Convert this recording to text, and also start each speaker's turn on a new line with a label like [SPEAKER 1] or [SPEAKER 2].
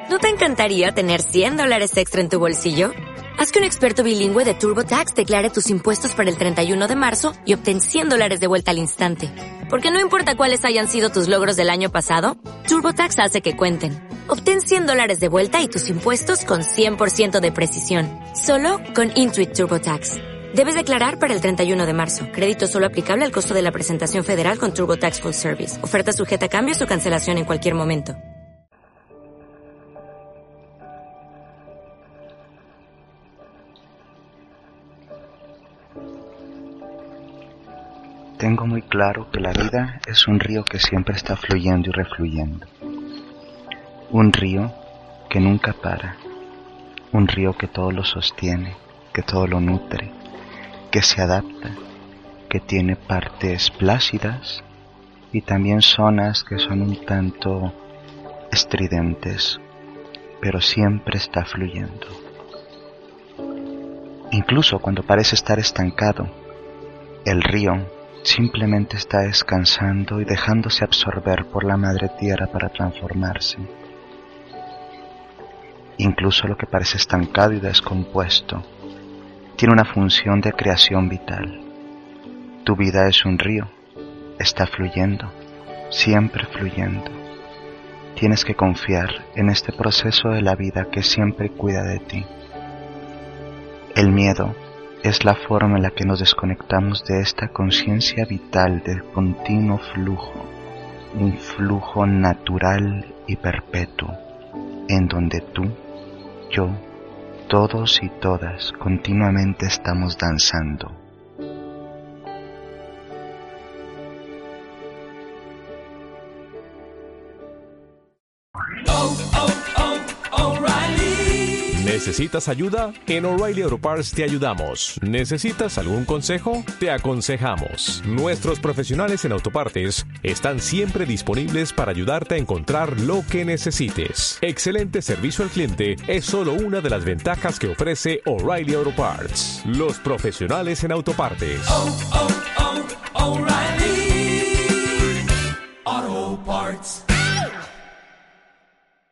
[SPEAKER 1] ¿No te encantaría tener $100 extra en tu bolsillo? Haz que un experto bilingüe de TurboTax declare tus impuestos para el 31 de marzo y obtén $100 de vuelta al instante. Porque no importa cuáles hayan sido tus logros del año pasado, TurboTax hace que cuenten. Obtén $100 de vuelta y tus impuestos con 100% de precisión. Solo con Intuit TurboTax. Debes declarar para el 31 de marzo. Crédito solo aplicable al costo de la presentación federal con TurboTax Full Service. Oferta sujeta a cambios o cancelación en cualquier momento.
[SPEAKER 2] Tengo muy claro que la vida es un río que siempre está fluyendo y refluyendo. Un río que nunca para. Un río que todo lo sostiene, que todo lo nutre, que se adapta, que tiene partes plácidas y también zonas que son un tanto estridentes, pero siempre está fluyendo. Incluso cuando parece estar estancado, el río simplemente está descansando y dejándose absorber por la madre tierra para transformarse. Incluso lo que parece estancado y descompuesto tiene una función de creación vital. Tu vida es un río, está fluyendo, siempre fluyendo. Tienes que confiar en este proceso de la vida que siempre cuida de ti. El miedo es la forma en la que nos desconectamos de esta conciencia vital del continuo flujo, un flujo natural y perpetuo, en donde tú, yo, todos y todas continuamente estamos danzando.
[SPEAKER 3] ¿Necesitas ayuda? En O'Reilly Auto Parts te ayudamos. ¿Necesitas algún consejo? Te aconsejamos. Nuestros profesionales en autopartes están siempre disponibles para ayudarte a encontrar lo que necesites. Excelente servicio al cliente es solo una de las ventajas que ofrece O'Reilly Auto Parts. Los profesionales en autopartes.
[SPEAKER 4] O'Reilly Auto Parts.